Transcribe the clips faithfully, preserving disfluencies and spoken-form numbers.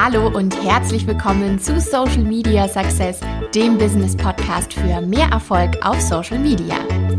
Hallo und herzlich willkommen zu Social Media Success, dem Business Podcast für mehr Erfolg auf Social Media.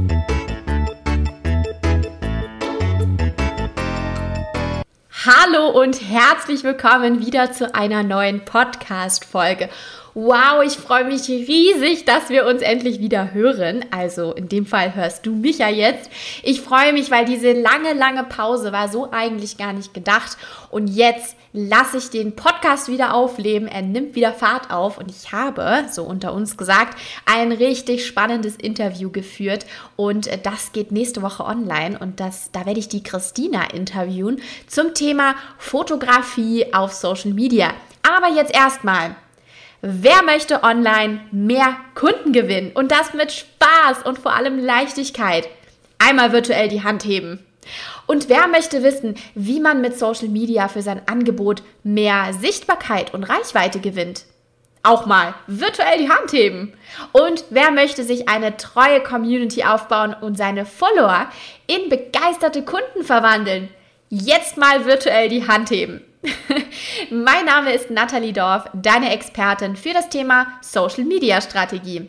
Hallo und herzlich willkommen wieder zu einer neuen Podcast-Folge. Wow, ich freue mich riesig, dass wir uns endlich wieder hören. Also in dem Fall hörst du mich ja jetzt. Ich freue mich, weil diese lange, lange Pause war so eigentlich gar nicht gedacht. Und jetzt lasse ich den Podcast wieder aufleben. Er nimmt wieder Fahrt auf. Und ich habe, so unter uns gesagt, ein richtig spannendes Interview geführt. Und das geht nächste Woche online. Und das, da werde ich die Christina interviewen zum Thema Fotografie auf Social Media. Aber jetzt erstmal. Wer möchte online mehr Kunden gewinnen und das mit Spaß und vor allem Leichtigkeit? Einmal virtuell die Hand heben. Und wer möchte wissen, wie man mit Social Media für sein Angebot mehr Sichtbarkeit und Reichweite gewinnt? Auch mal virtuell die Hand heben. Und wer möchte sich eine treue Community aufbauen und seine Follower in begeisterte Kunden verwandeln? Jetzt mal virtuell die Hand heben. Mein Name ist Nathalie Dorf, deine Expertin für das Thema Social Media Strategie.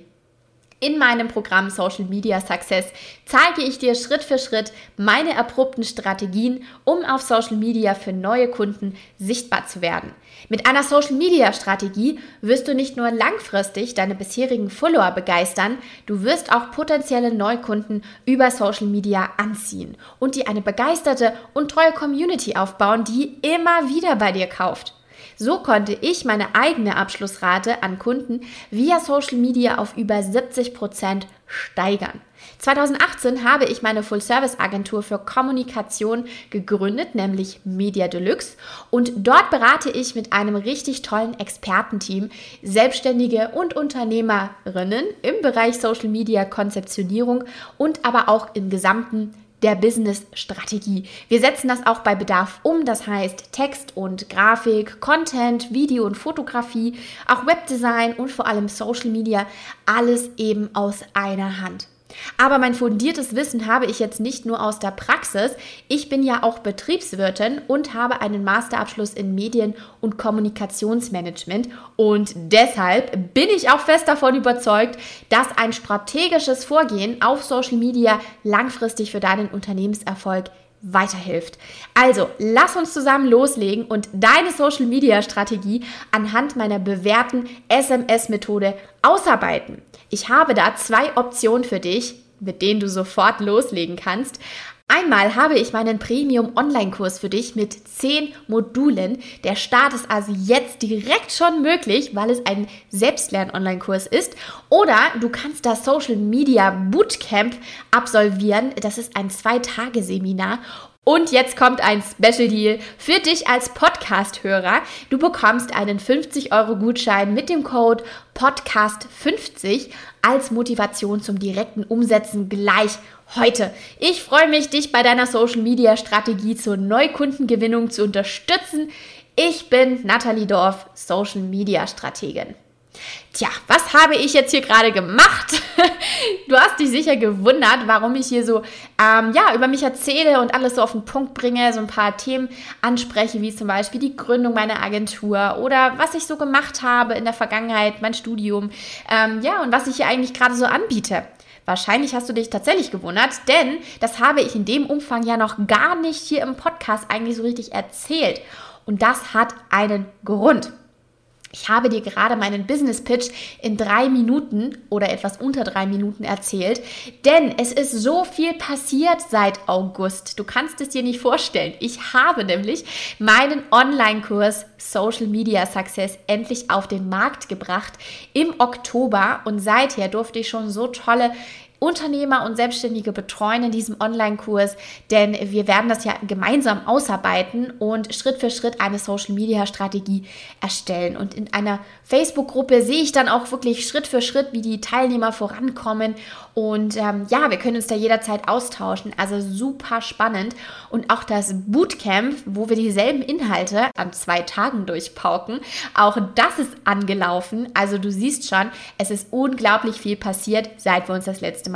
In meinem Programm Social Media Success zeige ich dir Schritt für Schritt meine erprobten Strategien, um auf Social Media für neue Kunden sichtbar zu werden. Mit einer Social Media Strategie wirst du nicht nur langfristig deine bisherigen Follower begeistern, du wirst auch potenzielle Neukunden über Social Media anziehen und dir eine begeisterte und treue Community aufbauen, die immer wieder bei dir kauft. So konnte ich meine eigene Abschlussrate an Kunden via Social Media auf über siebzig Prozent steigern. zwanzig achtzehn habe ich meine Full-Service-Agentur für Kommunikation gegründet, nämlich Media Deluxe. Und dort berate ich mit einem richtig tollen Expertenteam Selbstständige und Unternehmerinnen im Bereich Social Media Konzeptionierung und aber auch im gesamten der Business-Strategie. Wir setzen das auch bei Bedarf um, das heißt Text und Grafik, Content, Video und Fotografie, auch Webdesign und vor allem Social Media, alles eben aus einer Hand. Aber mein fundiertes Wissen habe ich jetzt nicht nur aus der Praxis, ich bin ja auch Betriebswirtin und habe einen Masterabschluss in Medien- und Kommunikationsmanagement und deshalb bin ich auch fest davon überzeugt, dass ein strategisches Vorgehen auf Social Media langfristig für deinen Unternehmenserfolg weiterhilft. Also, lass uns zusammen loslegen und deine Social Media Strategie anhand meiner bewährten S M S-Methode ausarbeiten. Ich habe da zwei Optionen für dich, mit denen du sofort loslegen kannst. Einmal habe ich meinen Premium-Online-Kurs für dich mit zehn Modulen. Der Start ist also jetzt direkt schon möglich, weil es ein Selbstlern-Online-Kurs ist. Oder du kannst das Social Media Bootcamp absolvieren. Das ist ein Zwei-Tage-Seminar. Und jetzt kommt ein Special Deal für dich als Podcast-Hörer. Du bekommst einen fünfzig Euro Gutschein mit dem Code Podcast fünfzig als Motivation zum direkten Umsetzen gleich heute. Ich freue mich, dich bei deiner Social-Media-Strategie zur Neukundengewinnung zu unterstützen. Ich bin Nathalie Dorf, Social-Media-Strategin. Tja, was habe ich jetzt hier gerade gemacht? Du hast dich sicher gewundert, warum ich hier so ähm, ja, über mich erzähle und alles so auf den Punkt bringe, so ein paar Themen anspreche, wie zum Beispiel die Gründung meiner Agentur oder was ich so gemacht habe in der Vergangenheit, mein Studium, ähm, ja, und was ich hier eigentlich gerade so anbiete. Wahrscheinlich hast du dich tatsächlich gewundert, denn das habe ich in dem Umfang ja noch gar nicht hier im Podcast eigentlich so richtig erzählt. Und das hat einen Grund. Ich habe dir gerade meinen Business Pitch in drei Minuten oder etwas unter drei Minuten erzählt, denn es ist so viel passiert seit August. Du kannst es dir nicht vorstellen. Ich habe nämlich meinen Online-Kurs Social Media Success endlich auf den Markt gebracht im Oktober und seither durfte ich schon so tolle Unternehmer und Selbstständige betreuen in diesem Online-Kurs, denn wir werden das ja gemeinsam ausarbeiten und Schritt für Schritt eine Social-Media-Strategie erstellen. Und in einer Facebook-Gruppe sehe ich dann auch wirklich Schritt für Schritt, wie die Teilnehmer vorankommen. Und ähm, ja, wir können uns da jederzeit austauschen, also super spannend. Und auch das Bootcamp, wo wir dieselben Inhalte an zwei Tagen durchpauken, auch das ist angelaufen. Also du siehst schon, es ist unglaublich viel passiert, seit wir uns das letzte Mal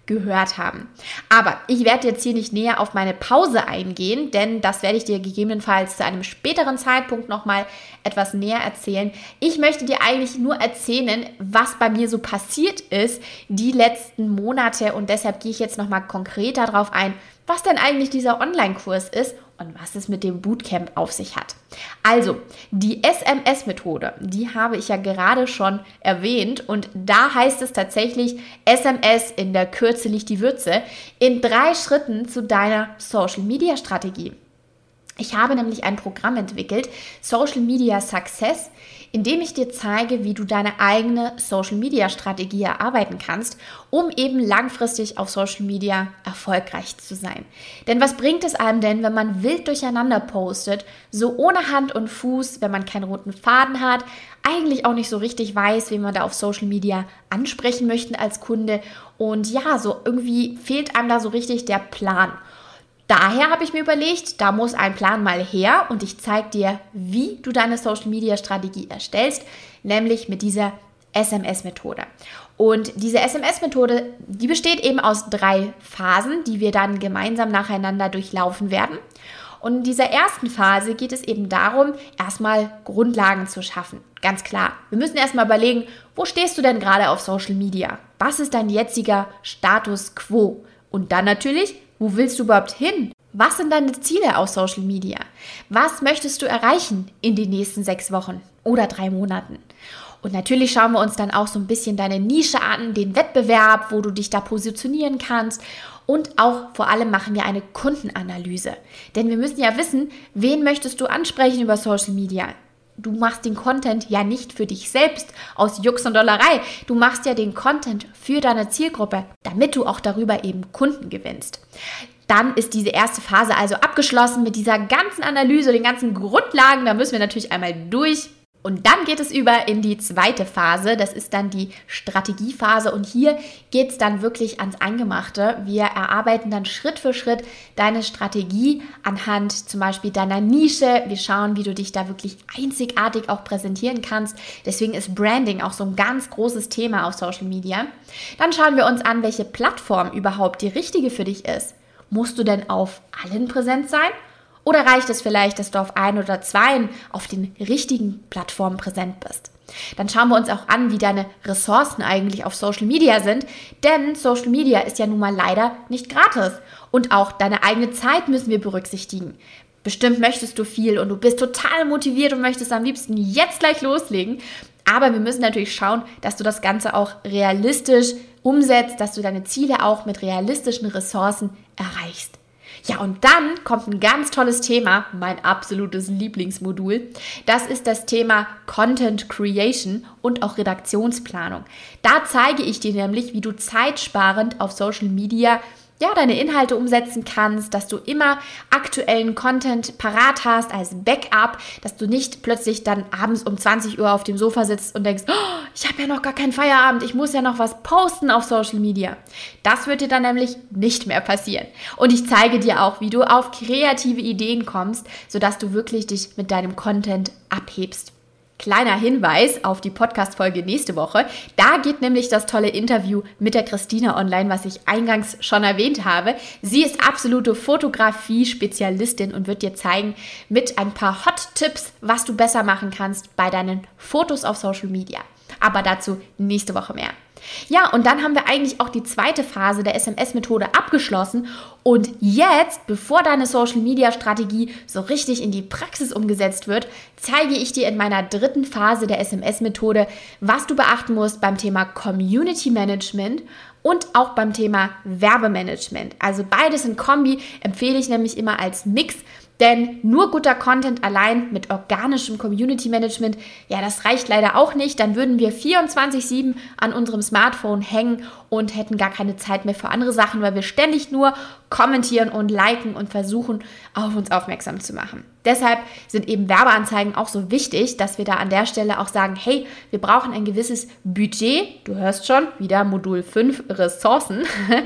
gehört haben. Aber ich werde jetzt hier nicht näher auf meine Pause eingehen, denn das werde ich dir gegebenenfalls zu einem späteren Zeitpunkt nochmal etwas näher erzählen. Ich möchte dir eigentlich nur erzählen, was bei mir so passiert ist die letzten Monate und deshalb gehe ich jetzt nochmal konkreter darauf ein, was denn eigentlich dieser Online-Kurs ist und was es mit dem Bootcamp auf sich hat. Also, die S M S-Methode, die habe ich ja gerade schon erwähnt und da heißt es tatsächlich S M S, in der Kürze liegt die Würze, in drei Schritten zu deiner Social-Media-Strategie. Ich habe nämlich ein Programm entwickelt, Social Media Success, in dem ich dir zeige, wie du deine eigene Social Media Strategie erarbeiten kannst, um eben langfristig auf Social Media erfolgreich zu sein. Denn was bringt es einem denn, wenn man wild durcheinander postet, so ohne Hand und Fuß, wenn man keinen roten Faden hat, eigentlich auch nicht so richtig weiß, wen man da auf Social Media ansprechen möchte als Kunde und ja, so irgendwie fehlt einem da so richtig der Plan. Daher habe ich mir überlegt, da muss ein Plan mal her und ich zeige dir, wie du deine Social-Media-Strategie erstellst, nämlich mit dieser S M S-Methode. Und diese S M S-Methode, die besteht eben aus drei Phasen, die wir dann gemeinsam nacheinander durchlaufen werden. Und in dieser ersten Phase geht es eben darum, erstmal Grundlagen zu schaffen. Ganz klar, wir müssen erstmal überlegen, wo stehst du denn gerade auf Social Media? Was ist dein jetziger Status quo? Und dann natürlich, wo willst du überhaupt hin? Was sind deine Ziele auf Social Media? Was möchtest du erreichen in den nächsten sechs Wochen oder drei Monaten? Und natürlich schauen wir uns dann auch so ein bisschen deine Nische an, den Wettbewerb, wo du dich da positionieren kannst. Und auch vor allem machen wir eine Kundenanalyse. Denn wir müssen ja wissen, wen möchtest du ansprechen über Social Media? Du machst den Content ja nicht für dich selbst aus Jux und Dollerei. Du machst ja den Content für deine Zielgruppe, damit du auch darüber eben Kunden gewinnst. Dann ist diese erste Phase also abgeschlossen mit dieser ganzen Analyse, den ganzen Grundlagen. Da müssen wir natürlich einmal durch. Und dann geht es über in die zweite Phase, das ist dann die Strategiephase und hier geht es dann wirklich ans Eingemachte. Wir erarbeiten dann Schritt für Schritt deine Strategie anhand zum Beispiel deiner Nische. Wir schauen, wie du dich da wirklich einzigartig auch präsentieren kannst. Deswegen ist Branding auch so ein ganz großes Thema auf Social Media. Dann schauen wir uns an, welche Plattform überhaupt die richtige für dich ist. Musst du denn auf allen präsent sein? Oder reicht es vielleicht, dass du auf ein oder zwei auf den richtigen Plattformen präsent bist? Dann schauen wir uns auch an, wie deine Ressourcen eigentlich auf Social Media sind, denn Social Media ist ja nun mal leider nicht gratis. Und auch deine eigene Zeit müssen wir berücksichtigen. Bestimmt möchtest du viel und du bist total motiviert und möchtest am liebsten jetzt gleich loslegen. Aber wir müssen natürlich schauen, dass du das Ganze auch realistisch umsetzt, dass du deine Ziele auch mit realistischen Ressourcen erreichst. Ja, und dann kommt ein ganz tolles Thema, mein absolutes Lieblingsmodul. Das ist das Thema Content Creation und auch Redaktionsplanung. Da zeige ich dir nämlich, wie du zeitsparend auf Social Media ja, deine Inhalte umsetzen kannst, dass du immer aktuellen Content parat hast als Backup, dass du nicht plötzlich dann abends um zwanzig Uhr auf dem Sofa sitzt und denkst, oh, ich habe ja noch gar keinen Feierabend, ich muss ja noch was posten auf Social Media. Das wird dir dann nämlich nicht mehr passieren. Und ich zeige dir auch, wie du auf kreative Ideen kommst, sodass du wirklich dich mit deinem Content abhebst. Kleiner Hinweis auf die Podcast-Folge nächste Woche. Da geht nämlich das tolle Interview mit der Christina online, was ich eingangs schon erwähnt habe. Sie ist absolute Fotografie-Spezialistin und wird dir zeigen mit ein paar Hot-Tipps, was du besser machen kannst bei deinen Fotos auf Social Media. Aber dazu nächste Woche mehr. Ja, und dann haben wir eigentlich auch die zweite Phase der S M S-Methode abgeschlossen. Und jetzt, bevor deine Social-Media-Strategie so richtig in die Praxis umgesetzt wird, zeige ich dir in meiner dritten Phase der S M S-Methode, was du beachten musst beim Thema Community Management und auch beim Thema Werbemanagement. Also beides in Kombi empfehle ich nämlich immer als Mix. Denn nur guter Content allein mit organischem Community Management, ja, das reicht leider auch nicht. Dann würden wir vierundzwanzig sieben an unserem Smartphone hängen und hätten gar keine Zeit mehr für andere Sachen, weil wir ständig nur kommentieren und liken und versuchen, auf uns aufmerksam zu machen. Deshalb sind eben Werbeanzeigen auch so wichtig, dass wir da an der Stelle auch sagen, hey, wir brauchen ein gewisses Budget. Du hörst schon, wieder Modul fünf, Ressourcen.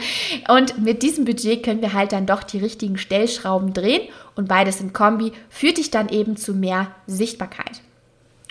Und mit diesem Budget können wir halt dann doch die richtigen Stellschrauben drehen und beides in Kombi führt dich dann eben zu mehr Sichtbarkeit.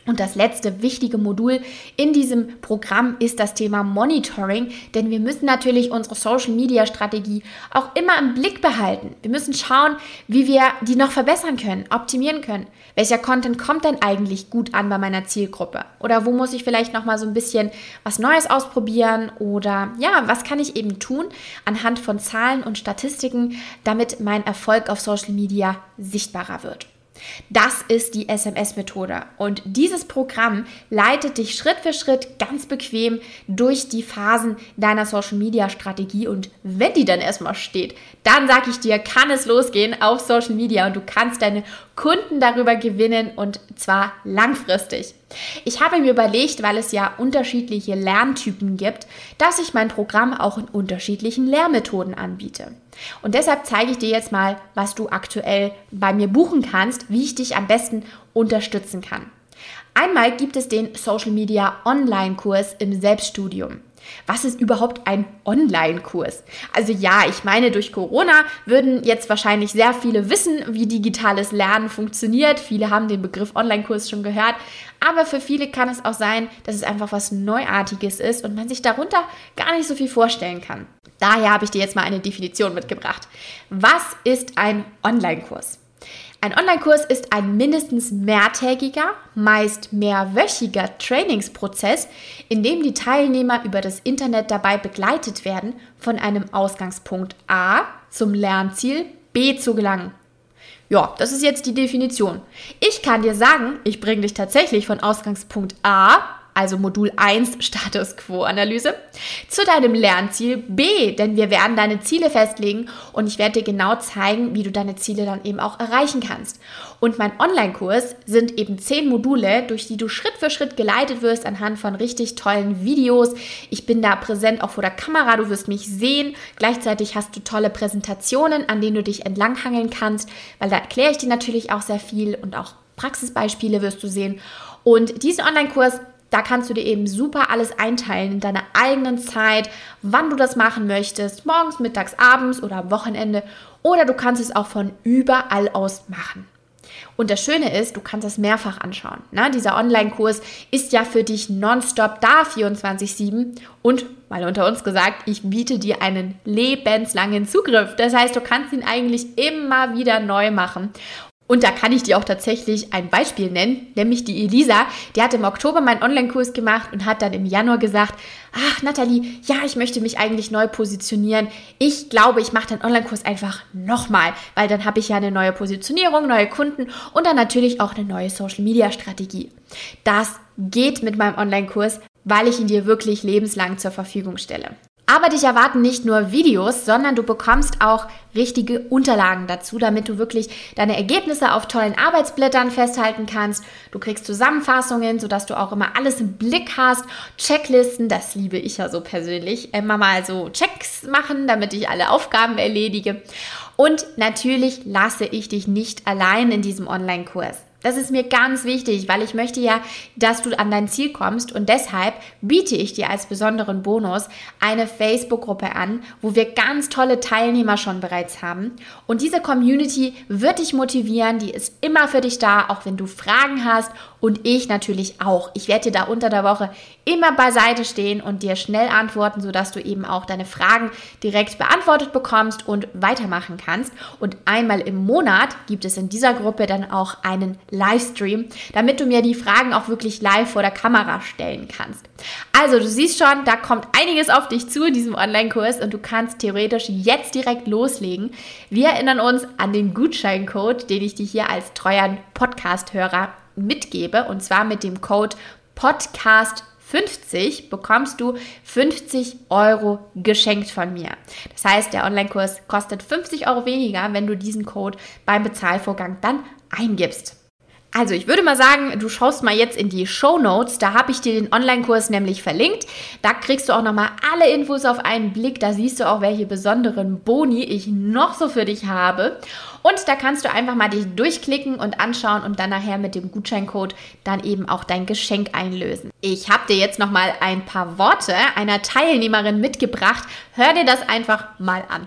Und das letzte wichtige Modul in diesem Programm ist das Thema Monitoring, denn wir müssen natürlich unsere Social-Media-Strategie auch immer im Blick behalten. Wir müssen schauen, wie wir die noch verbessern können, optimieren können. Welcher Content kommt denn eigentlich gut an bei meiner Zielgruppe? Oder wo muss ich vielleicht nochmal so ein bisschen was Neues ausprobieren? Oder ja, was kann ich eben tun anhand von Zahlen und Statistiken, damit mein Erfolg auf Social Media sichtbarer wird? Das ist die S M S-Methode und dieses Programm leitet dich Schritt für Schritt ganz bequem durch die Phasen deiner Social-Media-Strategie und wenn die dann erstmal steht, dann sage ich dir, kann es losgehen auf Social Media und du kannst deine Kunden darüber gewinnen und zwar langfristig. Ich habe mir überlegt, weil es ja unterschiedliche Lerntypen gibt, dass ich mein Programm auch in unterschiedlichen Lehrmethoden anbiete. Und deshalb zeige ich dir jetzt mal, was du aktuell bei mir buchen kannst, wie ich dich am besten unterstützen kann. Einmal gibt es den Social Media Online-Kurs im Selbststudium. Was ist überhaupt ein Online-Kurs? Also ja, ich meine, durch Corona würden jetzt wahrscheinlich sehr viele wissen, wie digitales Lernen funktioniert. Viele haben den Begriff Online-Kurs schon gehört. Aber für viele kann es auch sein, dass es einfach was Neuartiges ist und man sich darunter gar nicht so viel vorstellen kann. Daher habe ich dir jetzt mal eine Definition mitgebracht. Was ist ein Online-Kurs? Ein Online-Kurs ist ein mindestens mehrtägiger, meist mehrwöchiger Trainingsprozess, in dem die Teilnehmer über das Internet dabei begleitet werden, von einem Ausgangspunkt A zum Lernziel B zu gelangen. Ja, das ist jetzt die Definition. Ich kann dir sagen, ich bringe dich tatsächlich von Ausgangspunkt A, also Modul eins Status Quo Analyse, zu deinem Lernziel B, denn wir werden deine Ziele festlegen und ich werde dir genau zeigen, wie du deine Ziele dann eben auch erreichen kannst. Und mein Online-Kurs sind eben zehn Module, durch die du Schritt für Schritt geleitet wirst anhand von richtig tollen Videos. Ich bin da präsent auch vor der Kamera, du wirst mich sehen. Gleichzeitig hast du tolle Präsentationen, an denen du dich entlanghangeln kannst, weil da erkläre ich dir natürlich auch sehr viel und auch Praxisbeispiele wirst du sehen. Und diesen Online-Kurs, da kannst du dir eben super alles einteilen in deiner eigenen Zeit, wann du das machen möchtest, morgens, mittags, abends oder am Wochenende oder du kannst es auch von überall aus machen. Und das Schöne ist, du kannst das mehrfach anschauen. Na, dieser Online-Kurs ist ja für dich nonstop da, vierundzwanzig sieben und, mal unter uns gesagt, ich biete dir einen lebenslangen Zugriff. Das heißt, du kannst ihn eigentlich immer wieder neu machen. Und da kann ich dir auch tatsächlich ein Beispiel nennen, nämlich die Elisa, die hat im Oktober meinen Online-Kurs gemacht und hat dann im Januar gesagt, ach Nathalie, ja, ich möchte mich eigentlich neu positionieren. Ich glaube, ich mache den Online-Kurs einfach nochmal, weil dann habe ich ja eine neue Positionierung, neue Kunden und dann natürlich auch eine neue Social-Media-Strategie. Das geht mit meinem Online-Kurs, weil ich ihn dir wirklich lebenslang zur Verfügung stelle. Aber dich erwarten nicht nur Videos, sondern du bekommst auch richtige Unterlagen dazu, damit du wirklich deine Ergebnisse auf tollen Arbeitsblättern festhalten kannst. Du kriegst Zusammenfassungen, sodass du auch immer alles im Blick hast. Checklisten, das liebe ich ja so persönlich. Immer mal so Checks machen, damit ich alle Aufgaben erledige. Und natürlich lasse ich dich nicht allein in diesem Online-Kurs. Das ist mir ganz wichtig, weil ich möchte ja, dass du an dein Ziel kommst und deshalb biete ich dir als besonderen Bonus eine Facebook-Gruppe an, wo wir ganz tolle Teilnehmer schon bereits haben und diese Community wird dich motivieren, die ist immer für dich da, auch wenn du Fragen hast und ich natürlich auch. Ich werde dir da unter der Woche immer beiseite stehen und dir schnell antworten, sodass du eben auch deine Fragen direkt beantwortet bekommst und weitermachen kannst. Und einmal im Monat gibt es in dieser Gruppe dann auch einen Livestream, damit du mir die Fragen auch wirklich live vor der Kamera stellen kannst. Also du siehst schon, da kommt einiges auf dich zu in diesem Online-Kurs und du kannst theoretisch jetzt direkt loslegen. Wir erinnern uns an den Gutscheincode, den ich dir hier als treuer Podcast-Hörer mitgebe und zwar mit dem Code Podcast fünfzig bekommst du fünfzig Euro geschenkt von mir. Das heißt, der Online-Kurs kostet fünfzig Euro weniger, wenn du diesen Code beim Bezahlvorgang dann eingibst. Also ich würde mal sagen, du schaust mal jetzt in die Shownotes, da habe ich dir den Online-Kurs nämlich verlinkt. Da kriegst du auch nochmal alle Infos auf einen Blick, da siehst du auch, welche besonderen Boni ich noch so für dich habe. Und da kannst du einfach mal dich durchklicken und anschauen und dann nachher mit dem Gutscheincode dann eben auch dein Geschenk einlösen. Ich habe dir jetzt nochmal ein paar Worte einer Teilnehmerin mitgebracht. Hör dir das einfach mal an.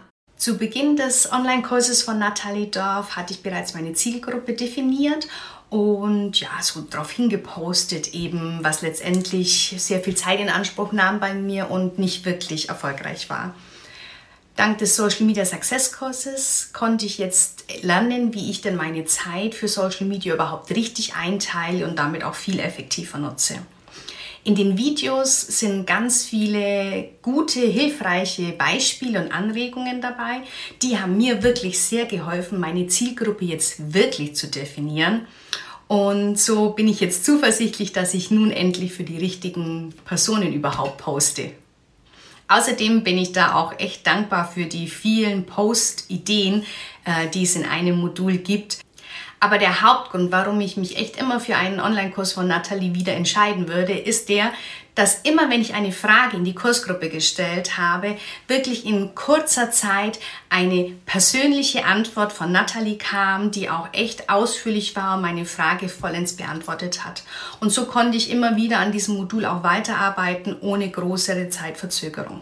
Zu Beginn des Online-Kurses von Nathalie Dorf hatte ich bereits meine Zielgruppe definiert und ja, so darauf hingepostet eben, was letztendlich sehr viel Zeit in Anspruch nahm bei mir und nicht wirklich erfolgreich war. Dank des Social Media Success Kurses konnte ich jetzt lernen, wie ich denn meine Zeit für Social Media überhaupt richtig einteile und damit auch viel effektiver nutze. In den Videos sind ganz viele gute, hilfreiche Beispiele und Anregungen dabei. Die haben mir wirklich sehr geholfen, meine Zielgruppe jetzt wirklich zu definieren. Und so bin ich jetzt zuversichtlich, dass ich nun endlich für die richtigen Personen überhaupt poste. Außerdem bin ich da auch echt dankbar für die vielen Post-Ideen, äh, die es in einem Modul gibt. Aber der Hauptgrund, warum ich mich echt immer für einen Online-Kurs von Nathalie wieder entscheiden würde, ist der, dass immer, wenn ich eine Frage in die Kursgruppe gestellt habe, wirklich in kurzer Zeit eine persönliche Antwort von Nathalie kam, die auch echt ausführlich war und meine Frage vollends beantwortet hat. Und so konnte ich immer wieder an diesem Modul auch weiterarbeiten, ohne größere Zeitverzögerung.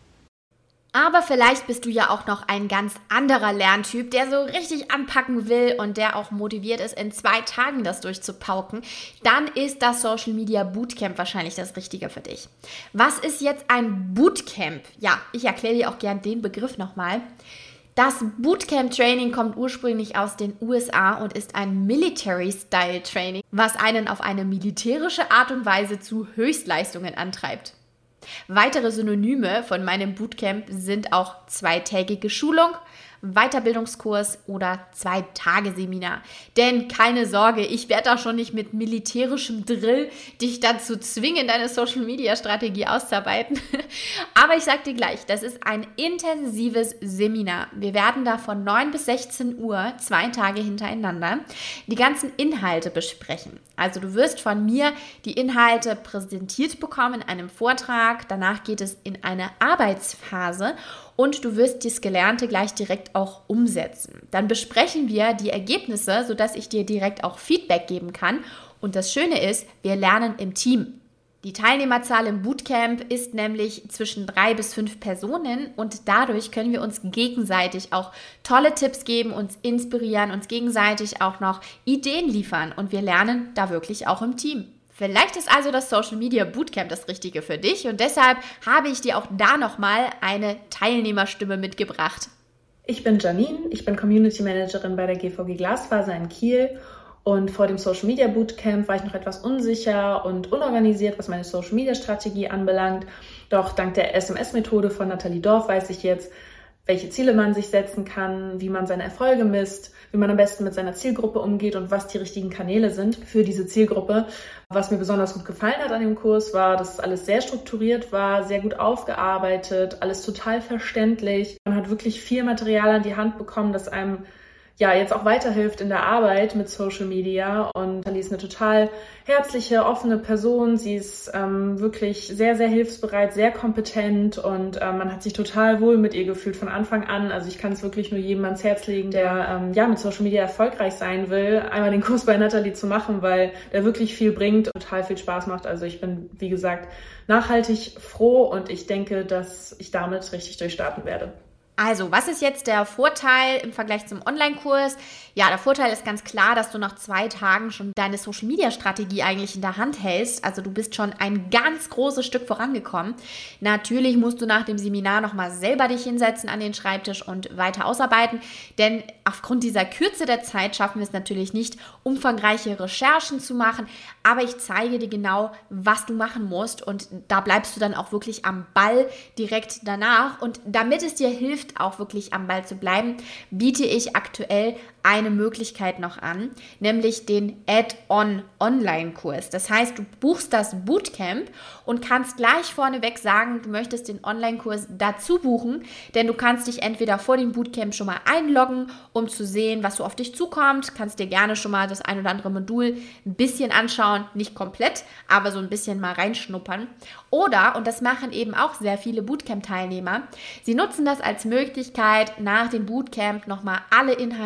Aber vielleicht bist du ja auch noch ein ganz anderer Lerntyp, der so richtig anpacken will und der auch motiviert ist, in zwei Tagen das durchzupauken. Dann ist das Social Media Bootcamp wahrscheinlich das Richtige für dich. Was ist jetzt ein Bootcamp? Ja, ich erkläre dir auch gern den Begriff nochmal. Das Bootcamp-Training kommt ursprünglich aus den U S A und ist ein Military-Style-Training, was einen auf eine militärische Art und Weise zu Höchstleistungen antreibt. Weitere Synonyme von meinem Bootcamp sind auch zweitägige Schulung, Weiterbildungskurs oder Zwei-Tage-Seminar. Denn keine Sorge, ich werde da schon nicht mit militärischem Drill dich dazu zwingen, deine Social-Media-Strategie auszuarbeiten. Aber ich sage dir gleich, das ist ein intensives Seminar. Wir werden da von neun bis sechzehn Uhr, zwei Tage hintereinander, die ganzen Inhalte besprechen. Also du wirst von mir die Inhalte präsentiert bekommen in einem Vortrag. Danach geht es in eine Arbeitsphase und du wirst das Gelernte gleich direkt auch umsetzen. Dann besprechen wir die Ergebnisse, sodass ich dir direkt auch Feedback geben kann. Und das Schöne ist, wir lernen im Team. Die Teilnehmerzahl im Bootcamp ist nämlich zwischen drei bis fünf Personen und dadurch können wir uns gegenseitig auch tolle Tipps geben, uns inspirieren, uns gegenseitig auch noch Ideen liefern und wir lernen da wirklich auch im Team. Vielleicht ist also das Social Media Bootcamp das Richtige für dich und deshalb habe ich dir auch da nochmal eine Teilnehmerstimme mitgebracht. Ich bin Janine, ich bin Community Managerin bei der G V G Glasfaser in Kiel und vor dem Social Media Bootcamp war ich noch etwas unsicher und unorganisiert, was meine Social Media Strategie anbelangt. Doch dank der S M S-Methode von Nathalie Dorf weiß ich jetzt, welche Ziele man sich setzen kann, wie man seine Erfolge misst, wie man am besten mit seiner Zielgruppe umgeht und was die richtigen Kanäle sind für diese Zielgruppe. Was mir besonders gut gefallen hat an dem Kurs war, dass es alles sehr strukturiert war, sehr gut aufgearbeitet, alles total verständlich. Man hat wirklich viel Material an die Hand bekommen, das einem ja jetzt auch weiterhilft in der Arbeit mit Social Media. Und Nathalie ist eine total herzliche, offene Person. Sie ist ähm, wirklich sehr, sehr hilfsbereit, sehr kompetent und ähm, man hat sich total wohl mit ihr gefühlt von Anfang an. Also ich kann es wirklich nur jedem ans Herz legen, der ähm, ja mit Social Media erfolgreich sein will, einmal den Kurs bei Nathalie zu machen, weil der wirklich viel bringt und total viel Spaß macht. Also ich bin, wie gesagt, nachhaltig froh und ich denke, dass ich damit richtig durchstarten werde. Also, was ist jetzt der Vorteil im Vergleich zum Online-Kurs? Ja, der Vorteil ist ganz klar, dass du nach zwei Tagen schon deine Social-Media-Strategie eigentlich in der Hand hältst. Also du bist schon ein ganz großes Stück vorangekommen. Natürlich musst du nach dem Seminar nochmal selber dich hinsetzen an den Schreibtisch und weiter ausarbeiten, denn aufgrund dieser Kürze der Zeit schaffen wir es natürlich nicht, umfangreiche Recherchen zu machen, aber ich zeige dir genau, was du machen musst und da bleibst du dann auch wirklich am Ball direkt danach und damit es dir hilft, auch wirklich am Ball zu bleiben, biete ich aktuell eine Möglichkeit noch an, nämlich den Add-on-Online-Kurs. Das heißt, du buchst das Bootcamp und kannst gleich vorneweg sagen, du möchtest den Online-Kurs dazu buchen, denn du kannst dich entweder vor dem Bootcamp schon mal einloggen, um zu sehen, was so auf dich zukommt, kannst dir gerne schon mal das ein oder andere Modul ein bisschen anschauen, nicht komplett, aber so ein bisschen mal reinschnuppern. Oder, und das machen eben auch sehr viele Bootcamp-Teilnehmer, sie nutzen das als Möglichkeit, nach dem Bootcamp nochmal alle Inhalte auf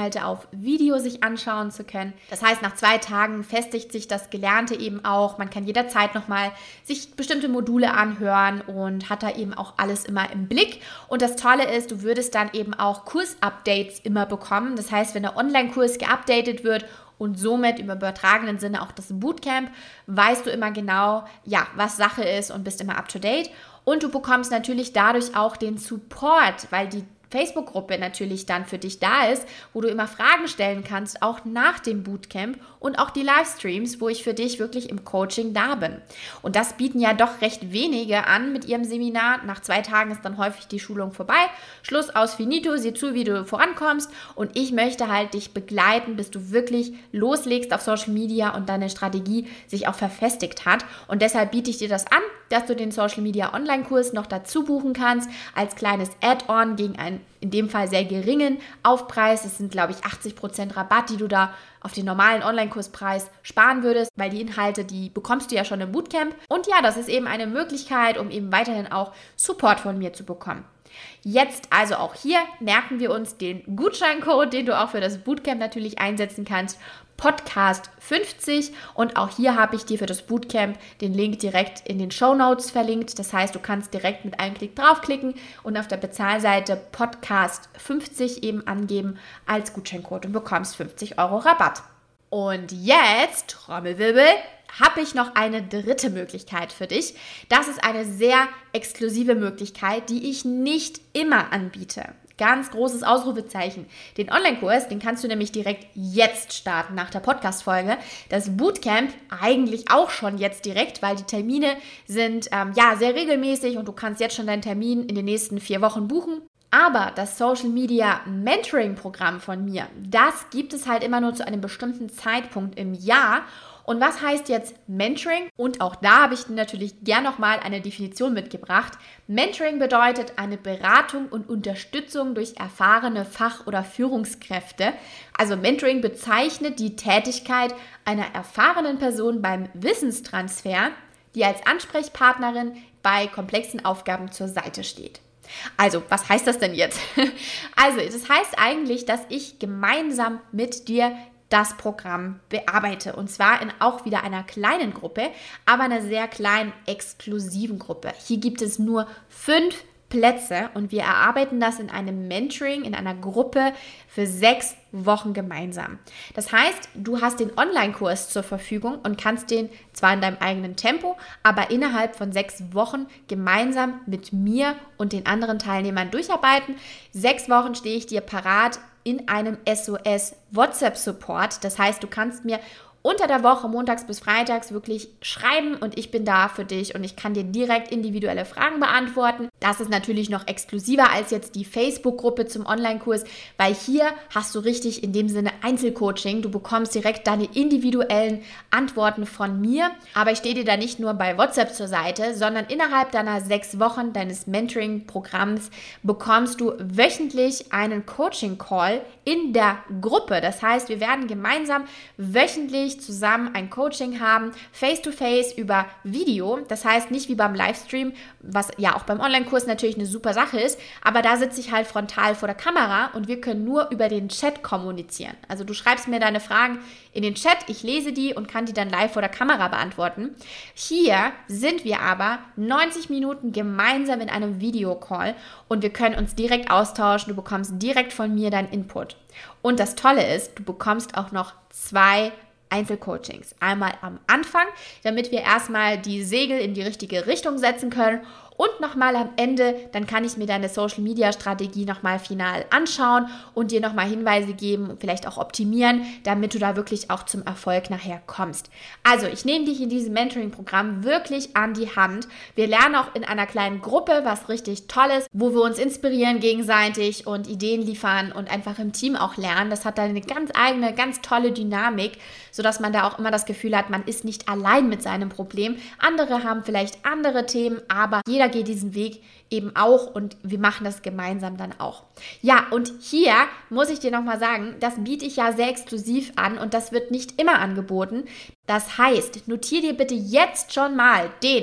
Video sich anschauen zu können. Das heißt, nach zwei Tagen festigt sich das Gelernte eben auch. Man kann jederzeit nochmal sich bestimmte Module anhören und hat da eben auch alles immer im Blick. Und das Tolle ist, du würdest dann eben auch Kursupdates immer bekommen. Das heißt, wenn der Online-Kurs geupdatet wird und somit im übertragenen Sinne auch das Bootcamp, weißt du immer genau, ja, was Sache ist und bist immer up to date. Und du bekommst natürlich dadurch auch den Support, weil die Facebook-Gruppe natürlich dann für dich da ist, wo du immer Fragen stellen kannst, auch nach dem Bootcamp und auch die Livestreams, wo ich für dich wirklich im Coaching da bin. Und das bieten ja doch recht wenige an mit ihrem Seminar. Nach zwei Tagen ist dann häufig die Schulung vorbei. Schluss, aus, finito, sieh zu, wie du vorankommst. Und ich möchte halt dich begleiten, bis du wirklich loslegst auf Social Media und deine Strategie sich auch verfestigt hat. Und deshalb biete ich dir das an, dass du den Social Media Online-Kurs noch dazu buchen kannst, als kleines Add-on gegen einen in dem Fall sehr geringen Aufpreis. Das sind, glaube ich, achtzig Prozent Rabatt, die du da auf den normalen Online-Kurspreis sparen würdest, weil die Inhalte, die bekommst du ja schon im Bootcamp. Und ja, das ist eben eine Möglichkeit, um eben weiterhin auch Support von mir zu bekommen. Jetzt also auch hier merken wir uns den Gutscheincode, den du auch für das Bootcamp natürlich einsetzen kannst, Podcast fünfzig, und auch hier habe ich dir für das Bootcamp den Link direkt in den Shownotes verlinkt. Das heißt, du kannst direkt mit einem Klick draufklicken und auf der Bezahlseite Podcast fünfzig eben angeben als Gutscheincode und bekommst fünfzig Euro Rabatt. Und jetzt, Trommelwirbel, habe ich noch eine dritte Möglichkeit für dich. Das ist eine sehr exklusive Möglichkeit, die ich nicht immer anbiete. Ganz großes Ausrufezeichen. Den Online-Kurs, den kannst du nämlich direkt jetzt starten nach der Podcast-Folge. Das Bootcamp eigentlich auch schon jetzt direkt, weil die Termine sind ähm, ja sehr regelmäßig und du kannst jetzt schon deinen Termin in den nächsten vier Wochen buchen. Aber das Social Media Mentoring Programm von mir, das gibt es halt immer nur zu einem bestimmten Zeitpunkt im Jahr. Und was heißt jetzt Mentoring? Und auch da habe ich natürlich gern nochmal eine Definition mitgebracht. Mentoring bedeutet eine Beratung und Unterstützung durch erfahrene Fach- oder Führungskräfte. Also Mentoring bezeichnet die Tätigkeit einer erfahrenen Person beim Wissenstransfer, die als Ansprechpartnerin bei komplexen Aufgaben zur Seite steht. Also, was heißt das denn jetzt? Also, das heißt eigentlich, dass ich gemeinsam mit dir das Programm bearbeite. Und zwar in auch wieder einer kleinen Gruppe, aber einer sehr kleinen, exklusiven Gruppe. Hier gibt es nur fünf Plätze und wir erarbeiten das in einem Mentoring, in einer Gruppe für sechs Wochen gemeinsam. Das heißt, du hast den Online-Kurs zur Verfügung und kannst den zwar in deinem eigenen Tempo, aber innerhalb von sechs Wochen gemeinsam mit mir und den anderen Teilnehmern durcharbeiten. Sechs Wochen stehe ich dir parat in einem S O S-WhatsApp-Support. Das heißt, du kannst mir unter der Woche, montags bis freitags, wirklich schreiben und ich bin da für dich und ich kann dir direkt individuelle Fragen beantworten. Das ist natürlich noch exklusiver als jetzt die Facebook-Gruppe zum Online-Kurs, weil hier hast du richtig in dem Sinne Einzelcoaching. Du bekommst direkt deine individuellen Antworten von mir, aber ich stehe dir da nicht nur bei WhatsApp zur Seite, sondern innerhalb deiner sechs Wochen deines Mentoring-Programms bekommst du wöchentlich einen Coaching-Call in der Gruppe. Das heißt, wir werden gemeinsam wöchentlich zusammen ein Coaching haben, face-to-face über Video. Das heißt nicht wie beim Livestream, was ja auch beim Online-Kurs natürlich eine super Sache ist, aber da sitze ich halt frontal vor der Kamera und wir können nur über den Chat kommunizieren. Also du schreibst mir deine Fragen in den Chat, ich lese die und kann die dann live vor der Kamera beantworten. Hier sind wir aber neunzig Minuten gemeinsam in einem Videocall und wir können uns direkt austauschen. Du bekommst direkt von mir deinen Input. Und das Tolle ist, du bekommst auch noch zwei Einzelcoachings. Einmal am Anfang, damit wir erstmal die Segel in die richtige Richtung setzen können, und nochmal am Ende, dann kann ich mir deine Social-Media-Strategie nochmal final anschauen und dir nochmal Hinweise geben und vielleicht auch optimieren, damit du da wirklich auch zum Erfolg nachher kommst. Also ich nehme dich in diesem Mentoring-Programm wirklich an die Hand. Wir lernen auch in einer kleinen Gruppe, was richtig toll ist, wo wir uns inspirieren gegenseitig und Ideen liefern und einfach im Team auch lernen. Das hat dann eine ganz eigene, ganz tolle Dynamik, sodass man da auch immer das Gefühl hat, man ist nicht allein mit seinem Problem. Andere haben vielleicht andere Themen, aber jeder geht diesen Weg eben auch und wir machen das gemeinsam dann auch. Ja, und hier muss ich dir nochmal sagen, das biete ich ja sehr exklusiv an und das wird nicht immer angeboten. Das heißt, notiere dir bitte jetzt schon mal den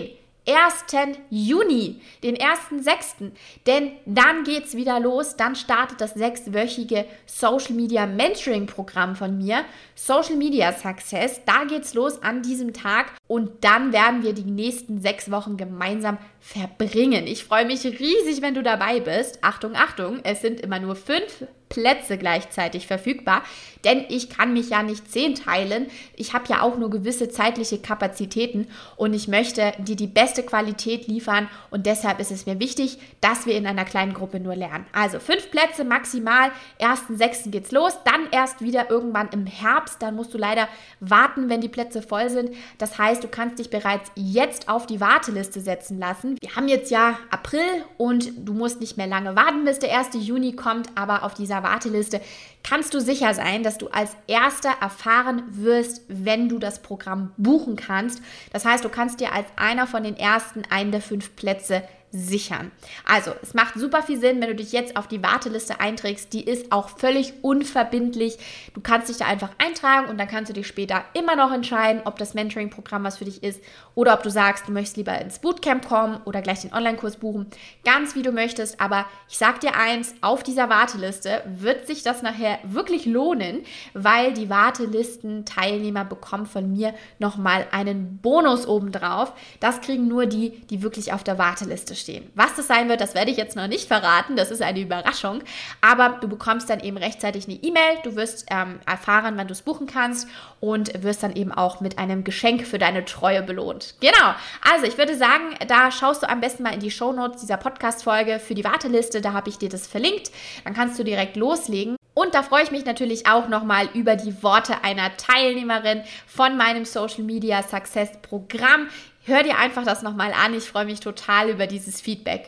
ersten Juni, den ersten sechsten Denn dann geht's wieder los, dann startet das sechswöchige Social Media Mentoring Programm von mir, Social Media Success. Da geht's los an diesem Tag und dann werden wir die nächsten sechs Wochen gemeinsam verbringen. Ich freue mich riesig, wenn du dabei bist. Achtung, Achtung, es sind immer nur fünf Plätze gleichzeitig verfügbar, denn ich kann mich ja nicht zehn teilen. Ich habe ja auch nur gewisse zeitliche Kapazitäten und ich möchte dir die beste Qualität liefern und deshalb ist es mir wichtig, dass wir in einer kleinen Gruppe nur lernen. Also fünf Plätze maximal, ersten sechsten geht's los, dann erst wieder irgendwann im Herbst, dann musst du leider warten, wenn die Plätze voll sind. Das heißt, du kannst dich bereits jetzt auf die Warteliste setzen lassen. Wir haben jetzt ja April und du musst nicht mehr lange warten, bis der erste Juni kommt, aber auf dieser Warteliste kannst du sicher sein, dass du als Erster erfahren wirst, wenn du das Programm buchen kannst. Das heißt, du kannst dir als einer von den Ersten einen der fünf Plätze sichern. Also, es macht super viel Sinn, wenn du dich jetzt auf die Warteliste einträgst. Die ist auch völlig unverbindlich. Du kannst dich da einfach eintragen und dann kannst du dich später immer noch entscheiden, ob das Mentoring-Programm was für dich ist oder ob du sagst, du möchtest lieber ins Bootcamp kommen oder gleich den Online-Kurs buchen. Ganz wie du möchtest, aber ich sag dir eins, auf dieser Warteliste wird sich das nachher wirklich lohnen, weil die Wartelisten-Teilnehmer bekommen von mir nochmal einen Bonus obendrauf. Das kriegen nur die, die wirklich auf der Warteliste stehen. Was das sein wird, das werde ich jetzt noch nicht verraten, das ist eine Überraschung, aber du bekommst dann eben rechtzeitig eine E-Mail, du wirst ähm, erfahren, wann du es buchen kannst und wirst dann eben auch mit einem Geschenk für deine Treue belohnt. Genau, also ich würde sagen, da schaust du am besten mal in die Shownotes dieser Podcast-Folge für die Warteliste, da habe ich dir das verlinkt, dann kannst du direkt loslegen. Und da freue ich mich natürlich auch nochmal über die Worte einer Teilnehmerin von meinem Social Media Success Programm. Hör dir einfach das nochmal an. Ich freue mich total über dieses Feedback.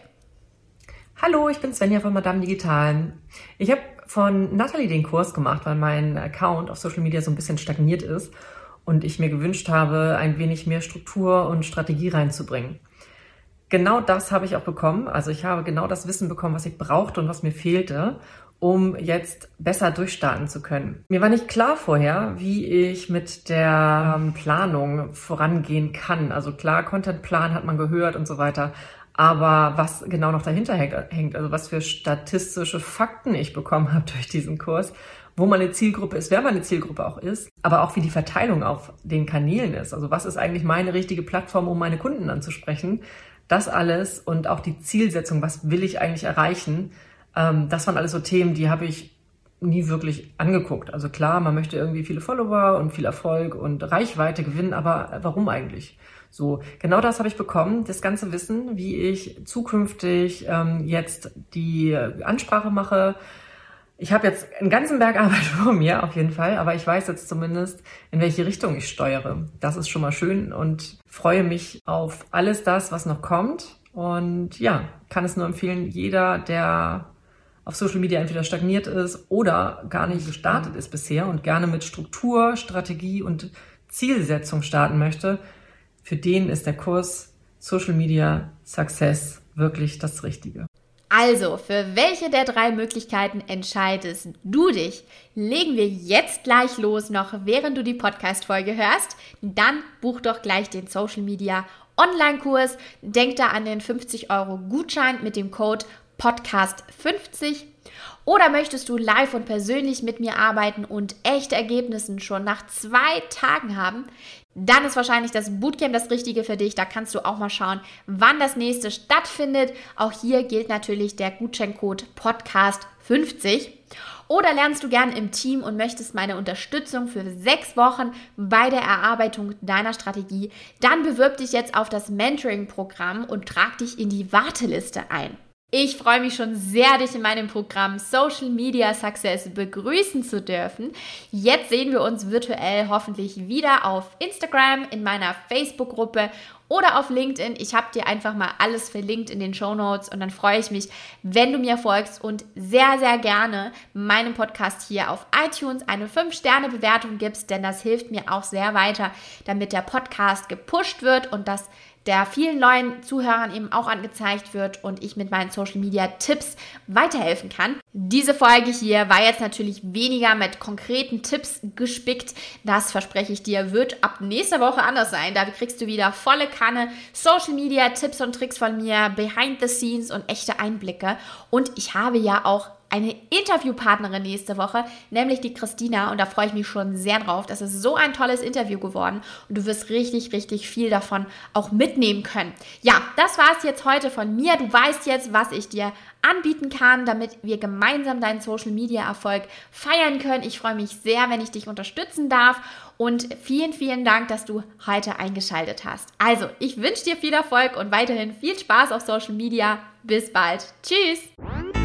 Hallo, ich bin Svenja von Madame Digital. Ich habe von Nathalie den Kurs gemacht, weil mein Account auf Social Media so ein bisschen stagniert ist und ich mir gewünscht habe, ein wenig mehr Struktur und Strategie reinzubringen. Genau das habe ich auch bekommen. Also ich habe genau das Wissen bekommen, was ich brauchte und was mir fehlte, um jetzt besser durchstarten zu können. Mir war nicht klar vorher, wie ich mit der ähm, Planung vorangehen kann. Also klar, Contentplan hat man gehört und so weiter. Aber was genau noch dahinter hängt, also was für statistische Fakten ich bekommen habe durch diesen Kurs, wo meine Zielgruppe ist, wer meine Zielgruppe auch ist, aber auch wie die Verteilung auf den Kanälen ist. Also was ist eigentlich meine richtige Plattform, um meine Kunden anzusprechen? Das alles und auch die Zielsetzung, was will ich eigentlich erreichen? Das waren alles so Themen, die habe ich nie wirklich angeguckt. Also klar, man möchte irgendwie viele Follower und viel Erfolg und Reichweite gewinnen, aber warum eigentlich? So, genau das habe ich bekommen, das ganze Wissen, wie ich zukünftig ähm, jetzt die Ansprache mache. Ich habe jetzt einen ganzen Berg Arbeit vor mir auf jeden Fall, aber ich weiß jetzt zumindest, in welche Richtung ich steuere. Das ist schon mal schön und freue mich auf alles das, was noch kommt. Und ja, kann es nur empfehlen, jeder, der auf Social Media entweder stagniert ist oder gar nicht gestartet ist bisher und gerne mit Struktur, Strategie und Zielsetzung starten möchte, für den ist der Kurs Social Media Success wirklich das Richtige. Also, für welche der drei Möglichkeiten entscheidest du dich? Legen wir jetzt gleich los, noch während du die Podcast-Folge hörst. Dann buch doch gleich den Social Media Online-Kurs. Denk da an den fünfzig Euro Gutschein mit dem Code Podcast fünfzig. Oder möchtest du live und persönlich mit mir arbeiten und echte Ergebnisse schon nach zwei Tagen haben? Dann ist wahrscheinlich das Bootcamp das Richtige für dich. Da kannst du auch mal schauen, wann das nächste stattfindet. Auch hier gilt natürlich der Gutscheincode Podcast fünfzig. Oder lernst du gern im Team und möchtest meine Unterstützung für sechs Wochen bei der Erarbeitung deiner Strategie? Dann bewirb dich jetzt auf das Mentoring-Programm und trag dich in die Warteliste ein. Ich freue mich schon sehr, dich in meinem Programm Social Media Success begrüßen zu dürfen. Jetzt sehen wir uns virtuell hoffentlich wieder auf Instagram, in meiner Facebook-Gruppe oder auf LinkedIn. Ich habe dir einfach mal alles verlinkt in den Shownotes und dann freue ich mich, wenn du mir folgst und sehr, sehr gerne meinem Podcast hier auf iTunes eine fünf Sterne Bewertung gibst, denn das hilft mir auch sehr weiter, damit der Podcast gepusht wird und dass der vielen neuen Zuhörern eben auch angezeigt wird und ich mit meinen Social Media Tipps weiterhelfen kann. Diese Folge hier war jetzt natürlich weniger mit konkreten Tipps gespickt. Das verspreche ich dir, wird ab nächster Woche anders sein. Da kriegst du wieder volle Kanne Social Media Tipps und Tricks von mir, Behind the Scenes und echte Einblicke. Und ich habe ja auch eine Interviewpartnerin nächste Woche, nämlich die Christina, und da freue ich mich schon sehr drauf. Das ist so ein tolles Interview geworden und du wirst richtig, richtig viel davon auch mitnehmen können. Ja, das war es jetzt heute von mir. Du weißt jetzt, was ich dir anbieten kann, damit wir gemeinsam deinen Social-Media-Erfolg feiern können. Ich freue mich sehr, wenn ich dich unterstützen darf und vielen, vielen Dank, dass du heute eingeschaltet hast. Also, ich wünsche dir viel Erfolg und weiterhin viel Spaß auf Social Media. Bis bald. Tschüss!